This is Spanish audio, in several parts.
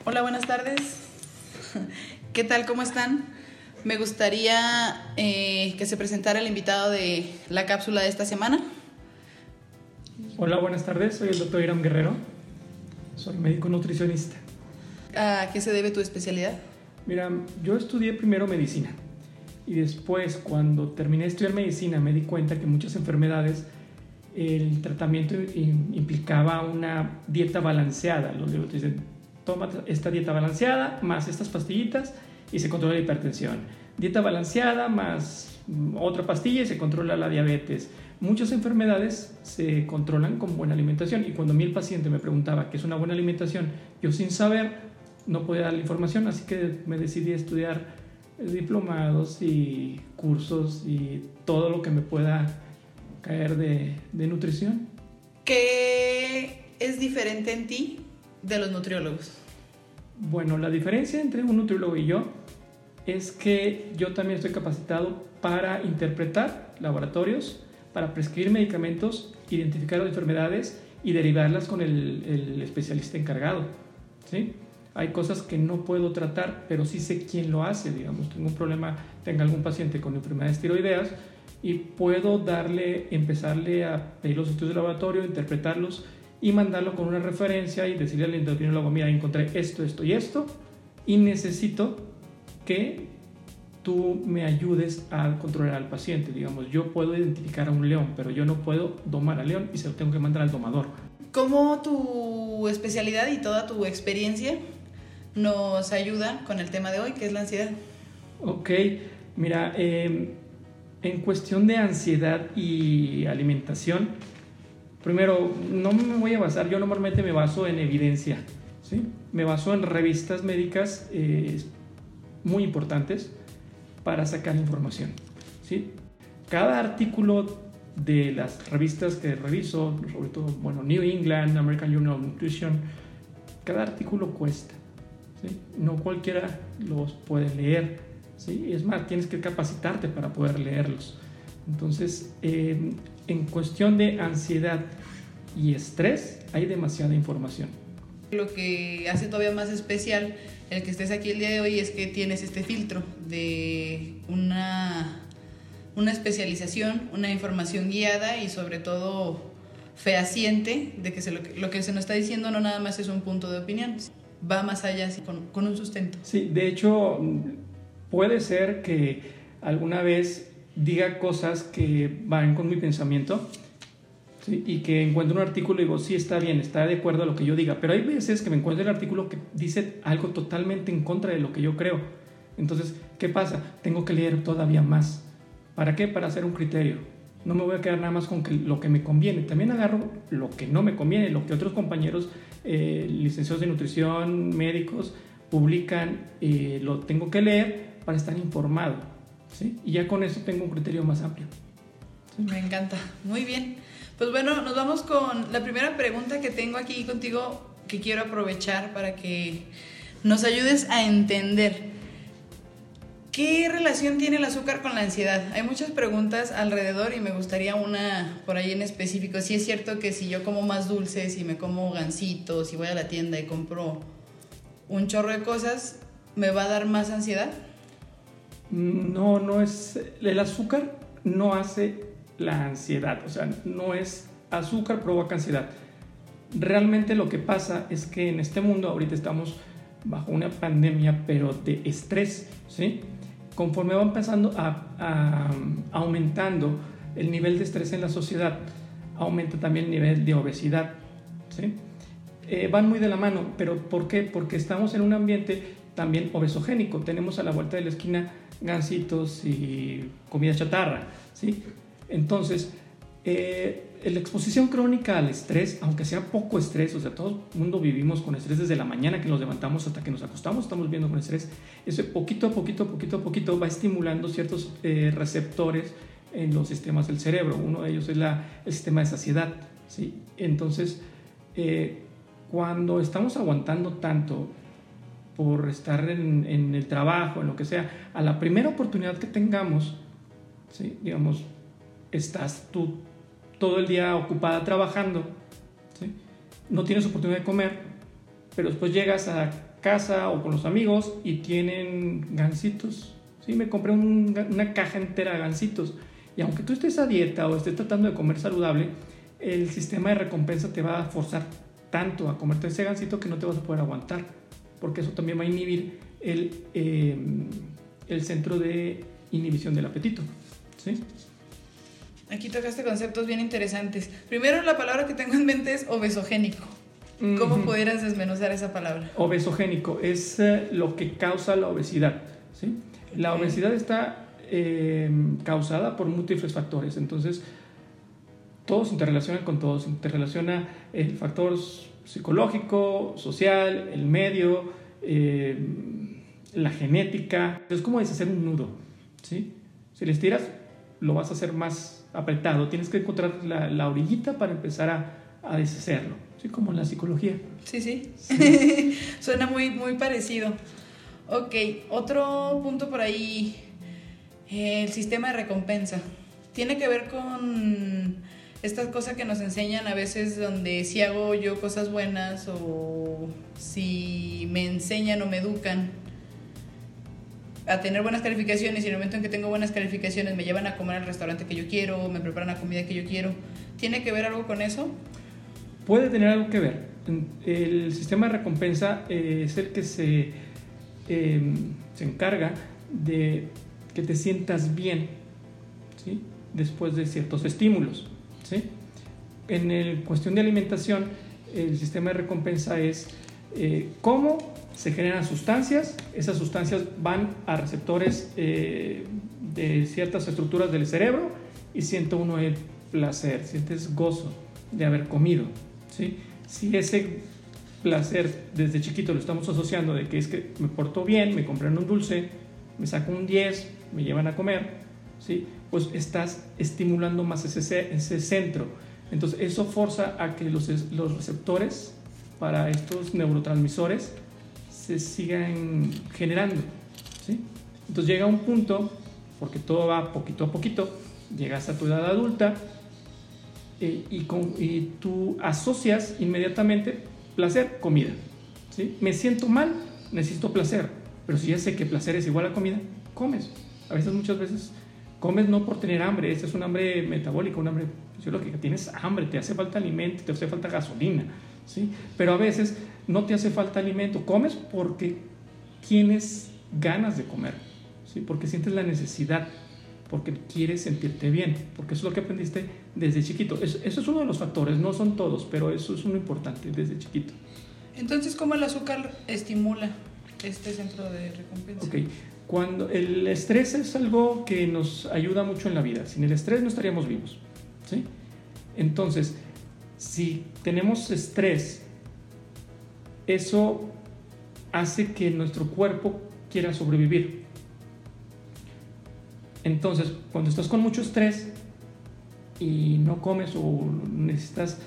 Hola, buenas tardes. ¿Qué tal? ¿Cómo están? Me gustaría que se presentara el invitado de la cápsula de esta semana. Hola, buenas tardes. Soy el doctor Iram Guerrero. Soy médico nutricionista. ¿A qué se debe tu especialidad? Mira, yo estudié primero medicina y después, cuando terminé de estudiar medicina, me di cuenta que muchas enfermedades el tratamiento implicaba una dieta balanceada. Los libros dicen, toma esta dieta balanceada más estas pastillitas y se controla la hipertensión. Dieta balanceada más otra pastilla y se controla la diabetes. Muchas enfermedades se controlan con buena alimentación, y cuando a mí el paciente me preguntaba qué es una buena alimentación, yo sin saber no podía dar la información, así que me decidí a estudiar diplomados y cursos y todo lo que me pueda caer de nutrición. ¿Qué es diferente en ti de los nutriólogos? Bueno, la diferencia entre un nutriólogo y yo es que yo también estoy capacitado para interpretar laboratorios, para prescribir medicamentos, identificar las enfermedades y derivarlas con el especialista encargado, ¿sí? Hay cosas que no puedo tratar, pero sí sé quién lo hace. Digamos, tengo un problema, tengo algún paciente con enfermedades tiroideas y puedo empezarle a pedir los estudios de laboratorio, interpretarlos y mandarlo con una referencia y decirle al endocrinólogo, mira, encontré esto, esto y esto y necesito que tú me ayudes a controlar al paciente. Digamos, yo puedo identificar a un león, pero yo no puedo domar al león y se lo tengo que mandar al domador. ¿Cómo tu especialidad y toda tu experiencia nos ayuda con el tema de hoy, que es la ansiedad? Ok, mira, en cuestión de ansiedad y alimentación, primero, no me voy a basar, yo normalmente me baso en evidencia, ¿sí? Me baso en revistas médicas muy importantes para sacar información, ¿sí? Cada artículo de las revistas que reviso, sobre todo, bueno, New England, American Journal of Nutrition, cada artículo cuesta, ¿sí? No cualquiera los puede leer, ¿sí? Es más, tienes que capacitarte para poder leerlos. Entonces, en cuestión de ansiedad y estrés, hay demasiada información. Lo que hace todavía más especial el que estés aquí el día de hoy es que tienes este filtro de una especialización, una información guiada y sobre todo fehaciente de que lo que se nos está diciendo no nada más es un punto de opinión, va más allá con un sustento. Sí, de hecho, puede ser que alguna vez diga cosas que van con mi pensamiento, ¿sí? Y que encuentro un artículo y digo, sí, está bien, está de acuerdo a lo que yo diga, pero hay veces que me encuentro el artículo que dice algo totalmente en contra de lo que yo creo. Entonces, ¿qué pasa? Tengo que leer todavía más. ¿Para qué? Para hacer un criterio. No me voy a quedar nada más con lo que me conviene. También agarro lo que no me conviene, lo que otros compañeros licenciados de nutrición, médicos, publican, lo tengo que leer para estar informado, ¿sí? Y ya con eso tengo un criterio más amplio, ¿sí? Me encanta, muy bien. Pues bueno, nos vamos con la primera pregunta que tengo aquí contigo, que quiero aprovechar para que nos ayudes a entender. ¿Qué relación tiene el azúcar con la ansiedad? Hay muchas preguntas alrededor y me gustaría una por ahí en específico. ¿Sí es cierto que si yo como más dulces y me como gancitos y voy a la tienda y compro un chorro de cosas, me va a dar más ansiedad? No, no es... El azúcar no hace la ansiedad, o sea, no es azúcar provoca ansiedad. Realmente lo que pasa es que en este mundo ahorita estamos bajo una pandemia, pero de estrés, ¿sí? Conforme va empezando a aumentando el nivel de estrés en la sociedad, aumenta también el nivel de obesidad, ¿sí? Van muy de la mano, pero ¿por qué? Porque estamos en un ambiente también obesogénico. Tenemos a la vuelta de la esquina gansitos y comida chatarra, ¿sí? Entonces, la exposición crónica al estrés, aunque sea poco estrés, o sea, todo el mundo vivimos con estrés desde la mañana que nos levantamos hasta que nos acostamos, estamos viviendo con estrés. Eso poquito a poquito va estimulando ciertos receptores en los sistemas del cerebro. Uno de ellos es el sistema de saciedad, ¿sí? Entonces, cuando estamos aguantando tanto por estar en el trabajo, en lo que sea, a la primera oportunidad que tengamos, ¿sí? Digamos, estás tú todo el día ocupada trabajando, ¿sí? No tienes oportunidad de comer, pero después llegas a casa o con los amigos y tienen gansitos. Sí, me compré una caja entera de gansitos. Y aunque tú estés a dieta o estés tratando de comer saludable, el sistema de recompensa te va a forzar tanto a comerte ese gansito que no te vas a poder aguantar, porque eso también va a inhibir el centro de inhibición del apetito. ¿Sí? Aquí tocaste conceptos bien interesantes. Primero, la palabra que tengo en mente es obesogénico. ¿Cómo pudieras desmenuzar esa palabra? Obesogénico es lo que causa la obesidad. ¿Sí? La obesidad está causada por múltiples factores. Entonces, todos se interrelacionan con todos. Se interrelaciona el factor psicológico, social, el medio, la genética. Es como deshacer un nudo. ¿Sí? Si le estiras, lo vas a hacer más apretado. Tienes que encontrar la orillita para empezar a deshacerlo. ¿Sí? Como en la psicología. Sí. Suena muy, muy parecido. Ok, otro punto por ahí, el sistema de recompensa. Tiene que ver con estas cosas que nos enseñan a veces, donde si hago yo cosas buenas o si me enseñan o me educan a tener buenas calificaciones, y en el momento en que tengo buenas calificaciones me llevan a comer al restaurante que yo quiero, o me preparan la comida que yo quiero. ¿Tiene que ver algo con eso? Puede tener algo que ver. El sistema de recompensa es el que se encarga de que te sientas bien, ¿sí? Después de ciertos estímulos, ¿sí? En cuestión de alimentación, el sistema de recompensa es cómo se generan sustancias. Esas sustancias van a receptores de ciertas estructuras del cerebro y siente uno el placer, sientes gozo de haber comido, ¿sí? Si ese placer desde chiquito lo estamos asociando de que es que me porto bien, me compran un dulce, me saco un 10, me llevan a comer, ¿sí? Pues estás estimulando más ese centro. Entonces eso forza a que los receptores para estos neurotransmisores se sigan generando, ¿sí? Entonces llega un punto, porque todo va poquito a poquito, llegas a tu edad adulta y tú asocias inmediatamente placer, comida, ¿sí? Me siento mal, necesito placer, pero si ya sé que placer es igual a comida, comes. Muchas veces comes no por tener hambre, ese es un hambre metabólico, un hambre fisiológica. Tienes hambre, te hace falta alimento, te hace falta gasolina, ¿sí? Pero a veces no te hace falta alimento, comes porque tienes ganas de comer, ¿sí? Porque sientes la necesidad, porque quieres sentirte bien, porque eso es lo que aprendiste desde chiquito. Eso es uno de los factores, no son todos, pero eso es uno importante desde chiquito. Entonces, ¿cómo el azúcar estimula este centro de recompensa? Ok, cuando el estrés es algo que nos ayuda mucho en la vida. Sin el estrés no estaríamos vivos, ¿sí? Entonces, si tenemos estrés, eso hace que nuestro cuerpo quiera sobrevivir. Entonces, cuando estás con mucho estrés y no comes o necesitas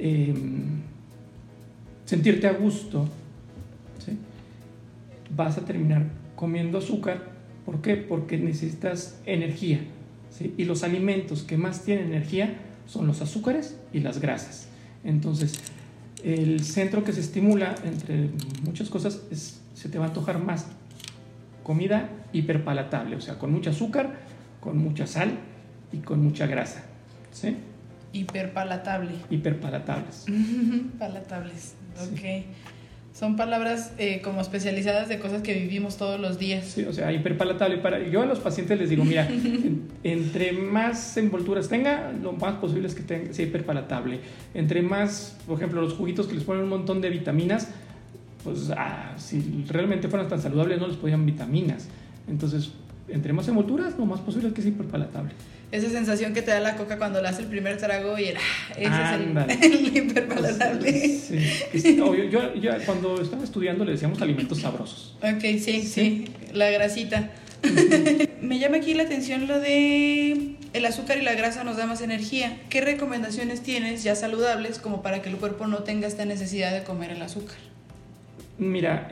sentirte a gusto, ¿sí? Vas a terminar comiendo azúcar. ¿Por qué? Porque necesitas energía, ¿sí? Y los alimentos que más tienen energía son los azúcares y las grasas. Entonces, el centro que se estimula, entre muchas cosas, se te va a antojar más comida hiperpalatable, o sea, con mucho azúcar, con mucha sal y con mucha grasa, ¿sí? Hiperpalatables. Palatables, ok. Sí. Son palabras como especializadas de cosas que vivimos todos los días. Sí, o sea, hiperpalatable. Yo a los pacientes les digo, mira, entre más envolturas tenga, lo más posible es que sea hiperpalatable. Entre más, por ejemplo, los juguitos que les ponen un montón de vitaminas, pues si realmente fueran tan saludables no les podían vitaminas. Entonces, entre más envolturas, lo más posible es que sea hiperpalatable. Esa sensación que te da la coca cuando le das el primer trago y ese es el hiperpalatable. Sí. Yo cuando estaba estudiando le decíamos alimentos sabrosos. Ok, sí, la grasita. Me llama aquí la atención lo de el azúcar y la grasa nos da más energía. ¿Qué recomendaciones tienes ya saludables como para que el cuerpo no tenga esta necesidad de comer el azúcar? Mira,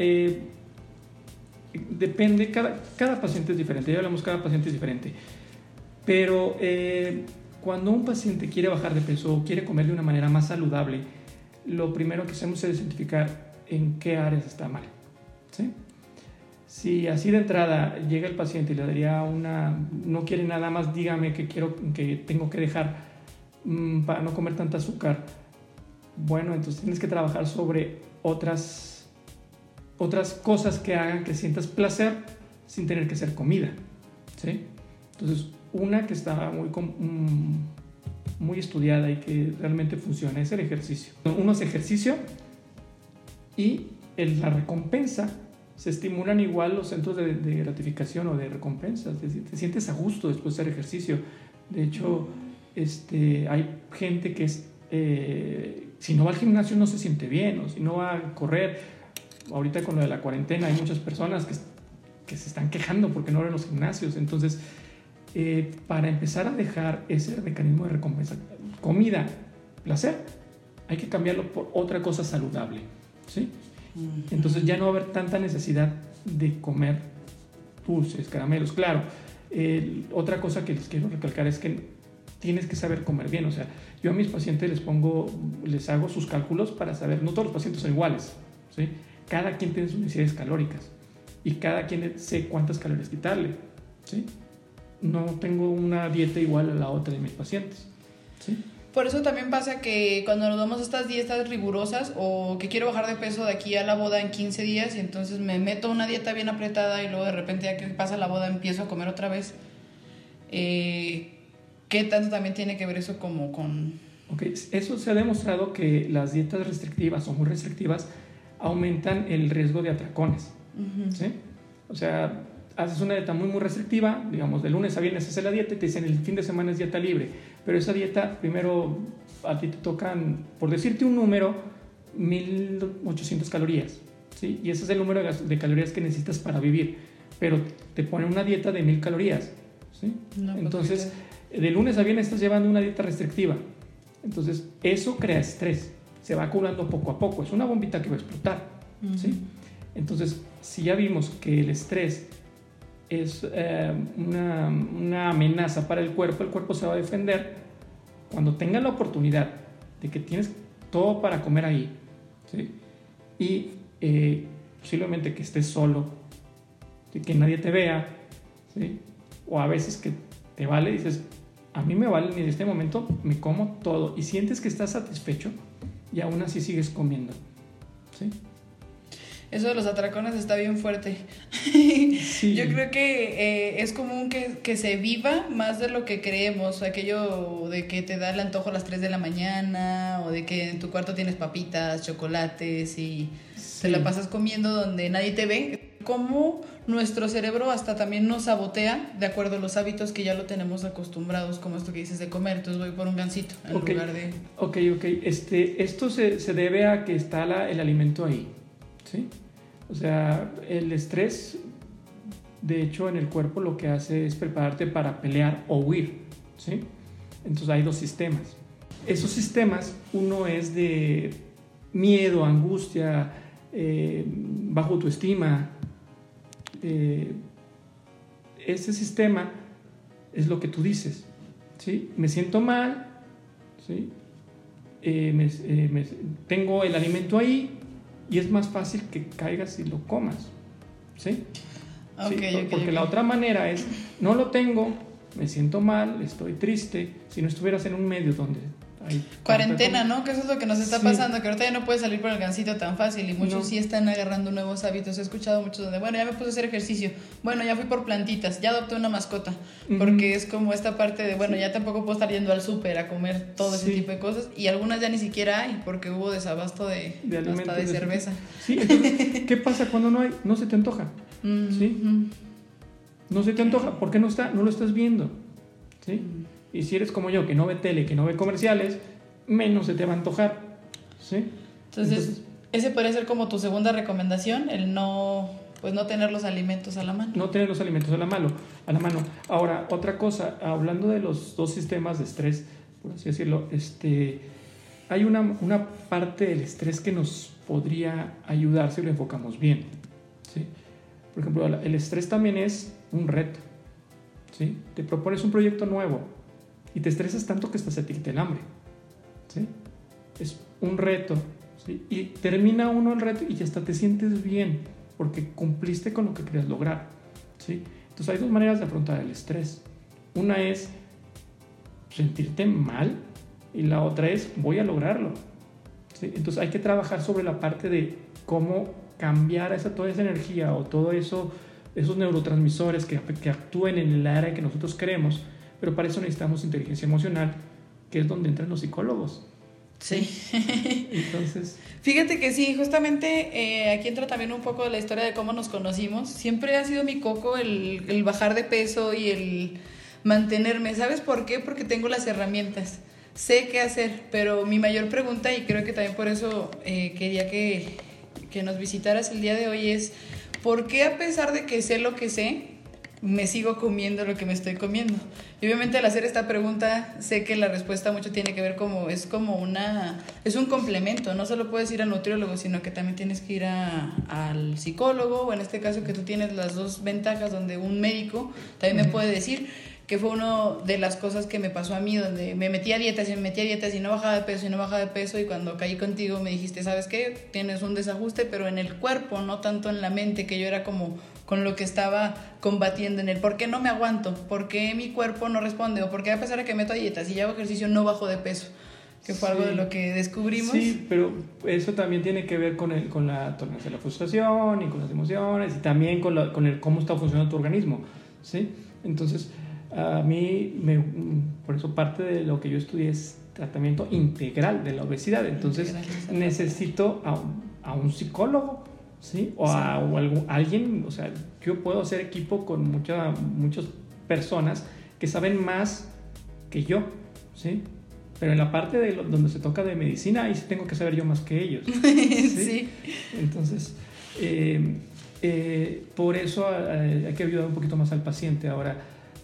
depende, cada paciente es diferente, ya hablamos, cada paciente es diferente. Pero cuando un paciente quiere bajar de peso o quiere comer de una manera más saludable, lo primero que hacemos es identificar en qué áreas está mal, ¿sí? Si así de entrada llega el paciente y le daría no quiere nada más, dígame que tengo que dejar para no comer tanta azúcar. Bueno, entonces tienes que trabajar sobre otras cosas que hagan que sientas placer sin tener que ser comida, ¿sí? Entonces, una que está muy estudiada y que realmente funciona es el ejercicio. Uno hace ejercicio y la recompensa se estimulan igual los centros de gratificación o de recompensa. Te sientes a gusto después de hacer ejercicio. De hecho, hay gente que si no va al gimnasio no se siente bien, o si no va a correr. Ahorita con lo de la cuarentena hay muchas personas que se están quejando porque no van a los gimnasios. Entonces, para empezar a dejar ese mecanismo de recompensa, comida, placer, hay que cambiarlo por otra cosa saludable, ¿sí? Entonces ya no va a haber tanta necesidad de comer dulces, caramelos. Claro, otra cosa que les quiero recalcar es que tienes que saber comer bien. O sea, yo a mis pacientes les hago sus cálculos para saber, no todos los pacientes son iguales, ¿sí? Cada quien tiene sus necesidades calóricas y cada quien sé cuántas calorías quitarle, ¿sí? No tengo una dieta igual a la otra de mis pacientes, ¿sí? Por eso también pasa que cuando nos damos estas dietas rigurosas o que quiero bajar de peso de aquí a la boda en 15 días y entonces me meto una dieta bien apretada y luego de repente ya que pasa la boda empiezo a comer otra vez, ¿qué tanto también tiene que ver eso como con...? Okay. Eso se ha demostrado que las dietas restrictivas o muy restrictivas aumentan el riesgo de atracones, ¿sí? O sea, haces una dieta muy restrictiva, digamos, de lunes a viernes haces la dieta y te dicen el fin de semana es dieta libre, pero esa dieta, primero a ti te tocan, por decirte un número, 1800 calorías, ¿sí? Y ese es el número de calorías que necesitas para vivir, pero te ponen una dieta de 1000 calorías, ¿sí? No, entonces, de lunes a viernes estás llevando una dieta restrictiva, entonces eso crea estrés, se va acumulando poco a poco, es una bombita que va a explotar, ¿sí? Entonces, si ya vimos que el estrés es una amenaza para el cuerpo se va a defender. Cuando tenga la oportunidad de que tienes todo para comer ahí, ¿sí? Y posiblemente que estés solo, ¿sí? Que nadie te vea, ¿sí? O a veces que te vale, dices, a mí me vale, y en este momento me como todo, y sientes que estás satisfecho y aún así sigues comiendo, ¿sí? Eso de los atracones está bien fuerte. Sí. Yo creo que es común que se viva más de lo que creemos. Aquello de que te da el antojo a las 3 de la mañana o de que en tu cuarto tienes papitas, chocolates y te la pasas comiendo donde nadie te ve. Cómo nuestro cerebro hasta también nos sabotea de acuerdo a los hábitos que ya lo tenemos acostumbrados, como esto que dices de comer. Entonces voy por un gansito en lugar de... Ok. Esto se debe a que está el alimento ahí, ¿sí? O sea, el estrés, de hecho, en el cuerpo lo que hace es prepararte para pelear o huir, ¿sí? Entonces hay dos sistemas. Esos sistemas, uno es de miedo, angustia, baja autoestima. Ese sistema es lo que tú dices, ¿sí? Me siento mal, ¿sí? Tengo el alimento ahí y es más fácil que caigas y lo comas, ¿sí? Porque la otra manera es, no lo tengo, me siento mal, estoy triste. Si no estuvieras en un medio donde hay cuarentena, ¿no? Que eso es lo que nos está pasando, que ahorita ya no puedes salir por el gansito tan fácil y muchos sí están agarrando nuevos hábitos. He escuchado muchos donde, bueno, ya me puse a hacer ejercicio, bueno, ya fui por plantitas, ya adopté una mascota, porque es como esta parte de, bueno, ya tampoco puedo estar yendo al súper a comer todo ese tipo de cosas, y algunas ya ni siquiera hay porque hubo desabasto de hasta de cerveza. Sí, entonces, ¿qué pasa cuando no hay? No se te antoja, ¿sí? No se te antoja, ¿por qué no está? No lo estás viendo, ¿sí? Y si eres como yo, que no ve tele, que no ve comerciales, menos se te va a antojar, ¿sí? Entonces, ese podría ser como tu segunda recomendación, el no tener los alimentos a la mano. No tener los alimentos a la mano. Ahora, otra cosa, hablando de los dos sistemas de estrés, por así decirlo, hay una parte del estrés que nos podría ayudar si lo enfocamos bien, ¿sí? Por ejemplo, el estrés también es un reto, ¿sí? Te propones un proyecto nuevo y te estresas tanto que hasta se te quita el hambre, ¿sí? Es un reto, ¿sí? Y termina uno el reto y hasta te sientes bien, porque cumpliste con lo que querías lograr, ¿sí? Entonces hay dos maneras de afrontar el estrés. Una es sentirte mal y la otra es voy a lograrlo, ¿sí? Entonces hay que trabajar sobre la parte de cómo cambiar toda esa energía o todo eso, esos neurotransmisores que actúen en el área que nosotros queremos, pero para eso necesitamos inteligencia emocional, que es donde entran los psicólogos. Sí. Entonces, fíjate que sí, justamente aquí entra también un poco la historia de cómo nos conocimos. Siempre ha sido mi coco el bajar de peso y el mantenerme. ¿Sabes por qué? Porque tengo las herramientas. Sé qué hacer, pero mi mayor pregunta, y creo que también por eso quería que nos visitaras el día de hoy, es ¿por qué a pesar de que sé lo que sé, me sigo comiendo lo que me estoy comiendo? Y obviamente al hacer esta pregunta sé que la respuesta mucho tiene que ver es un complemento. No solo puedes ir al nutriólogo, sino que también tienes que ir al psicólogo, o en este caso que tú tienes las dos ventajas, donde un médico también me puede decir, que fue una de las cosas que me pasó a mí, donde me metí a dietas y no bajaba de peso, y cuando caí contigo me dijiste, ¿sabes qué? Tienes un desajuste, pero en el cuerpo, no tanto en la mente, que yo era como con lo que estaba combatiendo en el ¿por qué no me aguanto? ¿Por qué mi cuerpo no responde? ¿O por qué a pesar de que meto a dietas y hago ejercicio no bajo de peso? Que fue algo de lo que descubrimos. Sí, pero eso también tiene que ver con la tolerancia a la frustración y con las emociones, y también con el cómo está funcionando tu organismo, ¿sí? Entonces, a mí, por eso parte de lo que yo estudié es tratamiento integral de la obesidad. Entonces necesito a un psicólogo, ¿sí? O alguien, o sea, yo puedo hacer equipo con muchas personas que saben más que yo, ¿sí? Pero en la parte donde se toca de medicina, ahí sí tengo que saber yo más que ellos, ¿sí? Sí. Entonces, por eso hay que ayudar un poquito más al paciente. Ahora,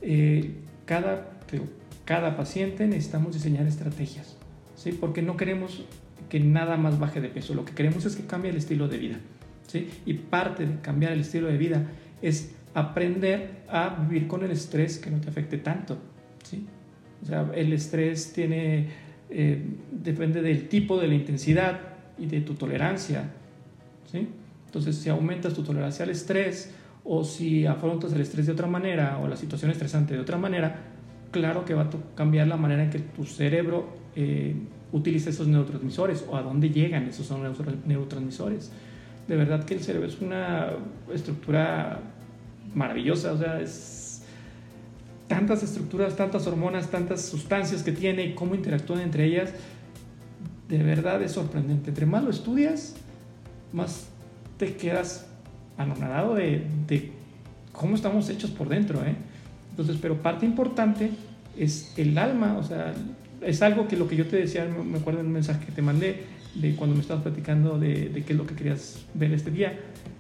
cada paciente necesitamos diseñar estrategias, ¿sí? Porque no queremos que nada más baje de peso, lo que queremos es que cambie el estilo de vida, ¿sí? Y parte de cambiar el estilo de vida es aprender a vivir con el estrés que no te afecte tanto, ¿sí? O sea, el estrés depende del tipo, de la intensidad y de tu tolerancia, ¿sí? Entonces, si aumentas tu tolerancia al estrés, o si afrontas el estrés de otra manera, o la situación estresante de otra manera, claro que va a cambiar la manera en que tu cerebro utiliza esos neurotransmisores, o a dónde llegan esos neurotransmisores. De verdad que el cerebro es una estructura maravillosa, o sea, es tantas estructuras, tantas hormonas, tantas sustancias que tiene y cómo interactúan entre ellas. De verdad es sorprendente. Entre más lo estudias, más te quedas anonadado de cómo estamos hechos por dentro, ¿eh? Entonces, pero parte importante es el alma, o sea, es algo que lo que yo te decía, me acuerdo en un mensaje que te mandé, de cuando me estabas platicando de qué es lo que querías ver este día.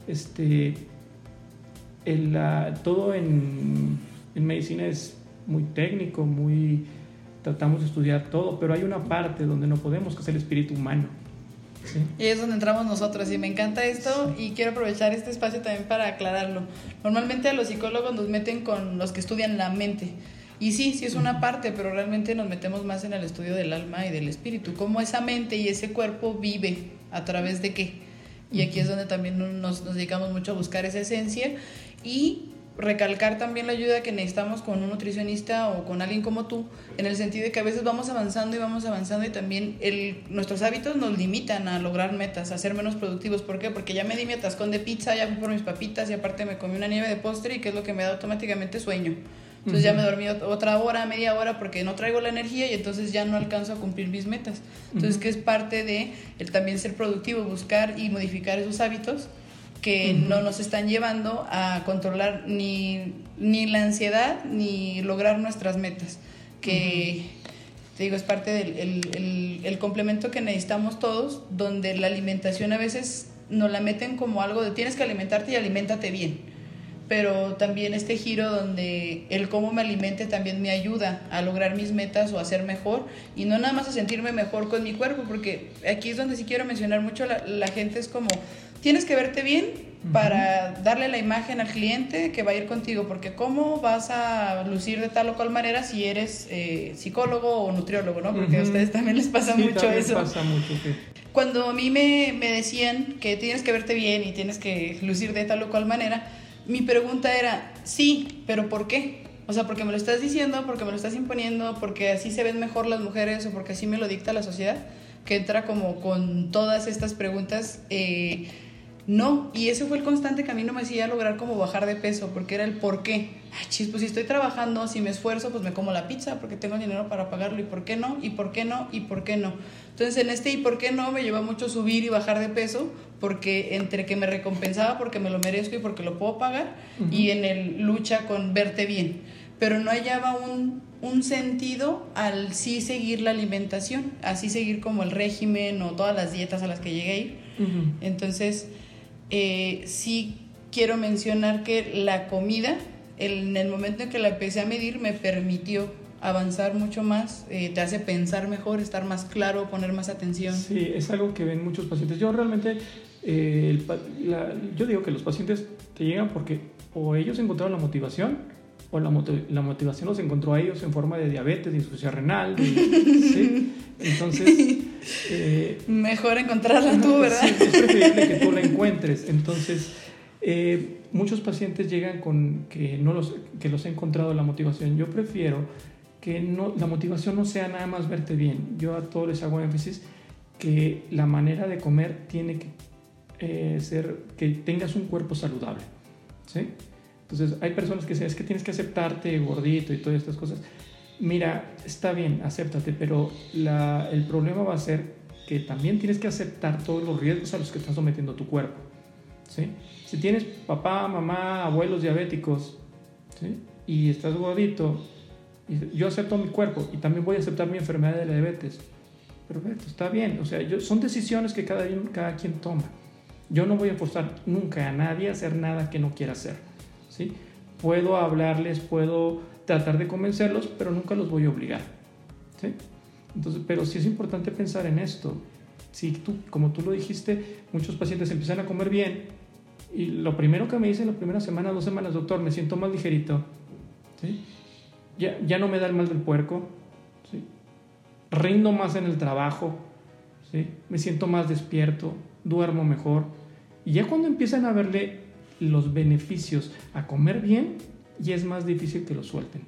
Todo en medicina es muy técnico, tratamos de estudiar todo, pero hay una parte donde no podemos, que es el espíritu humano. Sí. Y es donde entramos nosotros, y me encanta esto, y quiero aprovechar este espacio también para aclararlo. Normalmente a los psicólogos nos meten con los que estudian la mente, y sí es una parte, pero realmente nos metemos más en el estudio del alma y del espíritu, cómo esa mente y ese cuerpo vive, a través de qué. Y aquí es donde también nos dedicamos mucho a buscar esa esencia, y recalcar también la ayuda que necesitamos con un nutricionista o con alguien como tú, en el sentido de que a veces vamos avanzando y también nuestros hábitos nos limitan a lograr metas, a ser menos productivos. ¿Por qué? Porque ya me di mi atascón de pizza, ya fui por mis papitas, y aparte me comí una nieve de postre, y que es lo que me da automáticamente sueño. Entonces ya me dormí otra hora, media hora, porque no traigo la energía, y entonces ya no alcanzo a cumplir mis metas. Entonces, que es parte de el también ser productivo, buscar y modificar esos hábitos que no nos están llevando a controlar ni la ansiedad ni lograr nuestras metas, que te digo, es parte del el complemento que necesitamos todos, donde la alimentación a veces nos la meten como algo de tienes que alimentarte y aliméntate bien, pero también este giro donde el cómo me alimente también me ayuda a lograr mis metas o a ser mejor, y no nada más a sentirme mejor con mi cuerpo, porque aquí es donde sí quiero mencionar mucho, la gente es como tienes que verte bien, para darle la imagen al cliente que va a ir contigo, porque cómo vas a lucir de tal o cual manera si eres psicólogo o nutriólogo, ¿no? Porque a ustedes también les pasa mucho eso. Pasa mucho, sí. Cuando a mí me decían que tienes que verte bien y tienes que lucir de tal o cual manera, mi pregunta era, sí, pero ¿por qué? O sea, porque me lo estás diciendo, porque me lo estás imponiendo, porque así se ven mejor las mujeres o porque así me lo dicta la sociedad, que entra como con todas estas preguntas. No, y eso fue el constante camino me hacía lograr como bajar de peso, porque era el por qué. Ay, chis, pues si estoy trabajando, si me esfuerzo, pues me como la pizza porque tengo dinero para pagarlo, y por qué no, y por qué no, y por qué no. Entonces en este y por qué no me lleva mucho subir y bajar de peso, porque entre que me recompensaba porque me lo merezco y porque lo puedo pagar, y en el lucha con verte bien. Pero no hallaba un sentido al sí seguir la alimentación, así seguir como el régimen o todas las dietas a las que llegué a ir. Entonces, sí quiero mencionar que la comida, en el momento en que la empecé a medir, me permitió avanzar mucho más, te hace pensar mejor, estar más claro, poner más atención. Sí, es algo que ven muchos pacientes. Yo realmente, yo digo que los pacientes te llegan porque o ellos encontraron la motivación, o la motivación los encontró a ellos en forma de diabetes, de insuficiencia renal, ¿sí? Entonces... mejor encontrarla tú, ¿verdad? Sí, es preferible que tú la encuentres. Entonces, muchos pacientes llegan con que los ha encontrado la motivación. Yo prefiero que la motivación no sea nada más verte bien. Yo a todos les hago énfasis que la manera de comer tiene que ser que tengas un cuerpo saludable, ¿sí? Entonces, hay personas que dicen, es que tienes que aceptarte gordito y todas estas cosas. Mira, está bien, acéptate, pero el problema va a ser que también tienes que aceptar todos los riesgos a los que estás sometiendo tu cuerpo, ¿sí? Si tienes papá, mamá, abuelos diabéticos, ¿sí? Y estás gordito, y yo acepto mi cuerpo y también voy a aceptar mi enfermedad de la diabetes. Perfecto, está bien. O sea, son decisiones que cada quien toma. Yo no voy a forzar nunca a nadie a hacer nada que no quiera hacer, ¿sí? Puedo hablarles, puedo tratar de convencerlos, pero nunca los voy a obligar, ¿sí? Entonces, pero sí es importante pensar en esto. Si como tú lo dijiste, muchos pacientes empiezan a comer bien y lo primero que me dicen la primera semana, 2 semanas, doctor, me siento más ligerito, ¿sí? Ya no me da el mal del puerco, ¿sí? Rindo más en el trabajo, ¿sí? Me siento más despierto, duermo mejor. Y ya cuando empiezan a verle los beneficios a comer bien, ya es más difícil que lo suelten.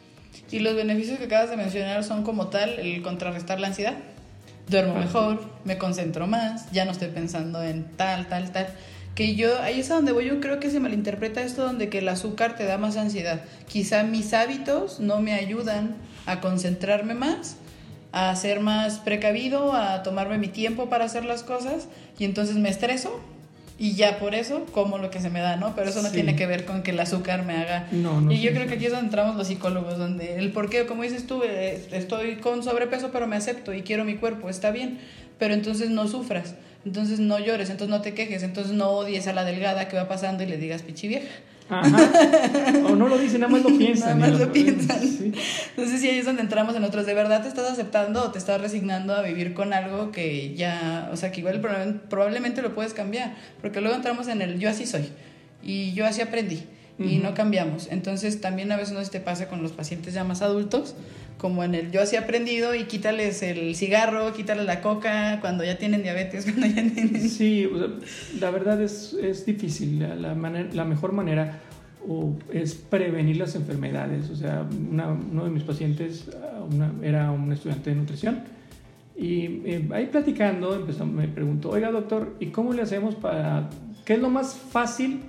Y los beneficios que acabas de mencionar son como tal el contrarrestar la ansiedad. Duermo mejor, me concentro más, ya no estoy pensando en tal. Que ahí es a donde voy, yo creo que se malinterpreta esto donde que el azúcar te da más ansiedad. Quizá mis hábitos no me ayudan a concentrarme más, a ser más precavido, a tomarme mi tiempo para hacer las cosas, y entonces me estreso. Y ya por eso como lo que se me da, ¿no? Pero eso no tiene que ver con que el azúcar me haga... No, y yo creo que aquí es donde entramos los psicólogos, donde el por qué, como dices tú, estoy con sobrepeso pero me acepto y quiero mi cuerpo, está bien, pero entonces no sufras, entonces no llores, entonces no te quejes, entonces no odies a la delgada que va pasando y le digas pichi vieja. Ajá. O no lo dicen, nada más lo piensan. Nada más lo piensan. Sí. Entonces sí, ahí es donde entramos en otros. ¿De verdad te estás aceptando o te estás resignando a vivir con algo que ya, o sea, que igual probablemente lo puedes cambiar? Porque luego entramos en el yo así soy y yo así aprendí y no cambiamos. Entonces también a veces no sé si te pasa con los pacientes ya más adultos, como en el yo así he aprendido, y quítales el cigarro, quítales la coca cuando ya tienen diabetes, cuando ya tienen... Sí, o sea, la verdad es difícil. La mejor manera es prevenir las enfermedades. O sea, uno de mis pacientes era un estudiante de nutrición y ahí platicando me preguntó, oiga doctor, ¿y cómo le hacemos qué es lo más fácil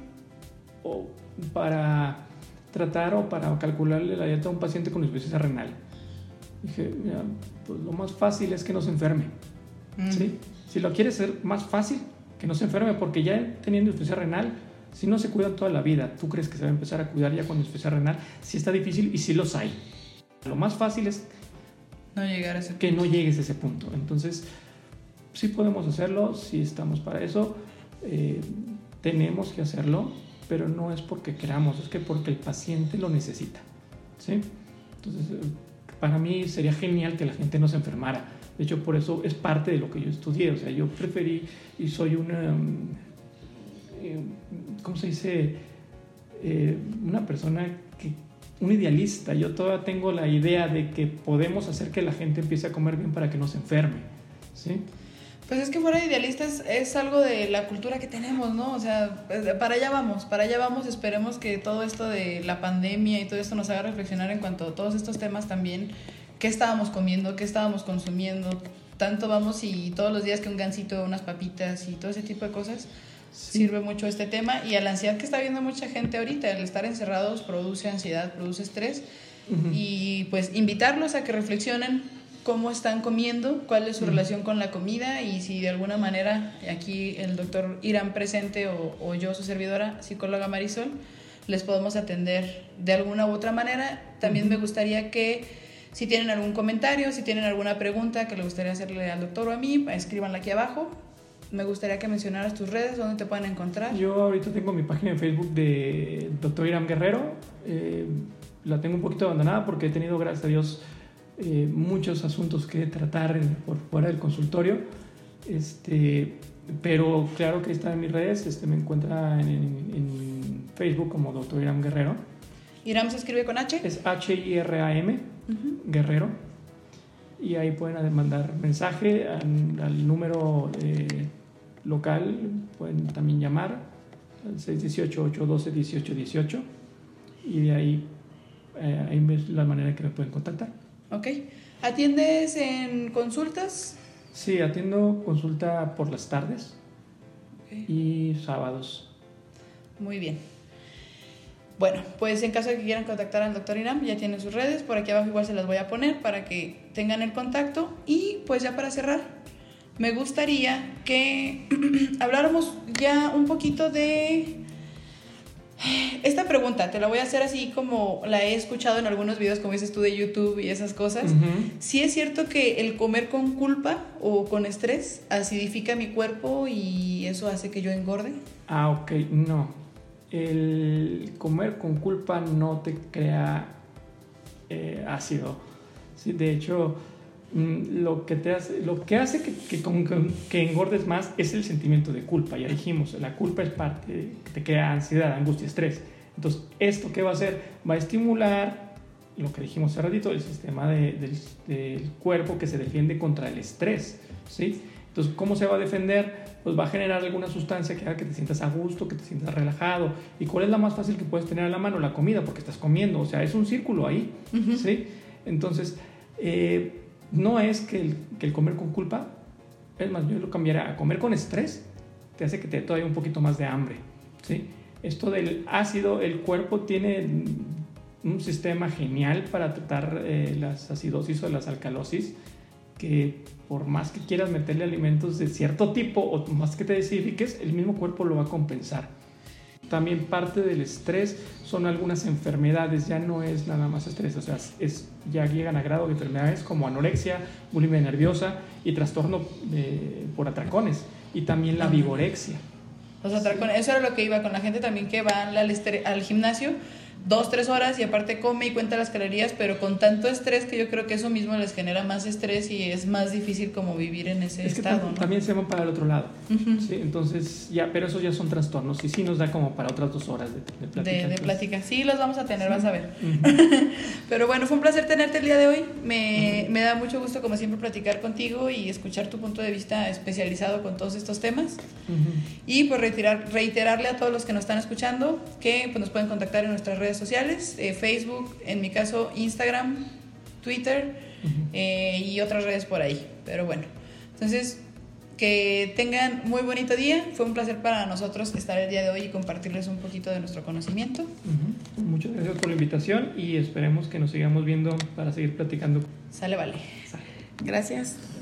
para tratar o para calcularle la dieta a un paciente con insuficiencia renal? Dije, mira, pues lo más fácil es que no se enferme, ¿sí? Si lo quieres hacer más fácil, que no se enferme, porque ya teniendo insuficiencia renal, si no se cuidan toda la vida, ¿tú crees que se va a empezar a cuidar ya con insuficiencia renal? Sí está difícil y sí los hay. Lo más fácil es no llegar a ese punto. Que no llegues a ese punto. Entonces, sí podemos hacerlo, sí estamos para eso, tenemos que hacerlo, pero no es porque queramos, es que porque el paciente lo necesita, ¿sí? Entonces, para mí sería genial que la gente no se enfermara. De hecho, por eso es parte de lo que yo estudié. O sea, yo preferí y soy ¿cómo se dice? Una persona un idealista. Yo todavía tengo la idea de que podemos hacer que la gente empiece a comer bien para que no se enferme, ¿sí? Pues es que fuera de idealistas es algo de la cultura que tenemos, ¿no? O sea, para allá vamos. Esperemos que todo esto de la pandemia y todo esto nos haga reflexionar en cuanto a todos estos temas también. ¿Qué estábamos comiendo? ¿Qué estábamos consumiendo? Tanto vamos y todos los días que un gansito, unas papitas y todo ese tipo de cosas. Sí. Sirve mucho este tema. Y a la ansiedad que está viendo mucha gente ahorita, el estar encerrados produce ansiedad, produce estrés. Uh-huh. Y pues invitarlos a que reflexionen cómo están comiendo, cuál es su relación con la comida y si de alguna manera, aquí el doctor Irán presente o yo, su servidora, psicóloga Marisol, les podemos atender de alguna u otra manera. También me gustaría que si tienen algún comentario, si tienen alguna pregunta que les gustaría hacerle al doctor o a mí, escríbanla aquí abajo. Me gustaría que mencionaras tus redes, dónde te pueden encontrar. Yo ahorita tengo mi página en Facebook de Dr. Irán Guerrero. La tengo un poquito abandonada porque he tenido, gracias a Dios, muchos asuntos que tratar por fuera del consultorio, pero claro que está en mis redes. Me encuentra en Facebook como Dr. Irán Guerrero. ¿Irán se escribe con H? Es H-I-R-A-M, Guerrero, y ahí pueden mandar mensaje al número local, pueden también llamar al 618-812-1818 y de ahí es la manera que me pueden contactar. Ok. ¿Atiendes en consultas? Sí, atiendo consulta por las tardes y sábados. Muy bien. Bueno, pues en caso de que quieran contactar al doctor Irán, ya tienen sus redes, por aquí abajo igual se las voy a poner para que tengan el contacto. Y pues ya para cerrar, me gustaría que habláramos ya un poquito de esta pregunta. Te la voy a hacer así como la he escuchado en algunos videos, como dices tú, de YouTube y esas cosas. ¿Sí es cierto que el comer con culpa o con estrés acidifica mi cuerpo y eso hace que yo engorde? Ok, no. El comer con culpa no te crea ácido. Sí, de hecho, lo que hace que engordes más es el sentimiento de culpa. Ya dijimos, la culpa es parte que te crea ansiedad, angustia, estrés. Entonces, ¿esto qué va a hacer? Va a estimular lo que dijimos hace ratito, el sistema del cuerpo que se defiende contra el estrés, ¿sí? Entonces, ¿cómo se va a defender? Pues va a generar alguna sustancia que haga que te sientas a gusto, que te sientas relajado. ¿Y cuál es la más fácil que puedes tener a la mano? La comida, porque estás comiendo. O sea, es un círculo ahí, ¿sí? Entonces, no es que el comer con culpa, es más, yo lo cambiaría a comer con estrés, te hace que te dé todavía un poquito más de hambre, ¿sí? Esto del ácido, el cuerpo tiene un sistema genial para tratar las acidosis o las alcalosis, que por más que quieras meterle alimentos de cierto tipo o más que te desifiques, el mismo cuerpo lo va a compensar. También parte del estrés son algunas enfermedades, ya no es nada más estrés, o sea, ya llegan a grado de enfermedades como anorexia, bulimia nerviosa y trastorno por atracones, y también la vigorexia. Los atracones, eso era lo que iba con la gente también que va al gimnasio 2-3 horas y aparte come y cuenta las calorías, pero con tanto estrés que yo creo que eso mismo les genera más estrés y es más difícil como vivir en ese estado, ¿no? También se van para el otro lado, ¿sí? Entonces pero esos ya son trastornos y sí nos da como para otras 2 horas de plática. De plática, sí los vamos a tener, vas a ver. Pero bueno, fue un placer tenerte el día de hoy, me da mucho gusto como siempre platicar contigo y escuchar tu punto de vista especializado con todos estos temas. Y pues reiterarle a todos los que nos están escuchando que pues, nos pueden contactar en nuestras redes sociales, Facebook, en mi caso Instagram, Twitter y otras redes por ahí. Pero bueno, entonces que tengan muy bonito día. Fue un placer para nosotros estar el día de hoy y compartirles un poquito de nuestro conocimiento. Muchas gracias por la invitación y esperemos que nos sigamos viendo para seguir platicando. Sale, vale. Gracias.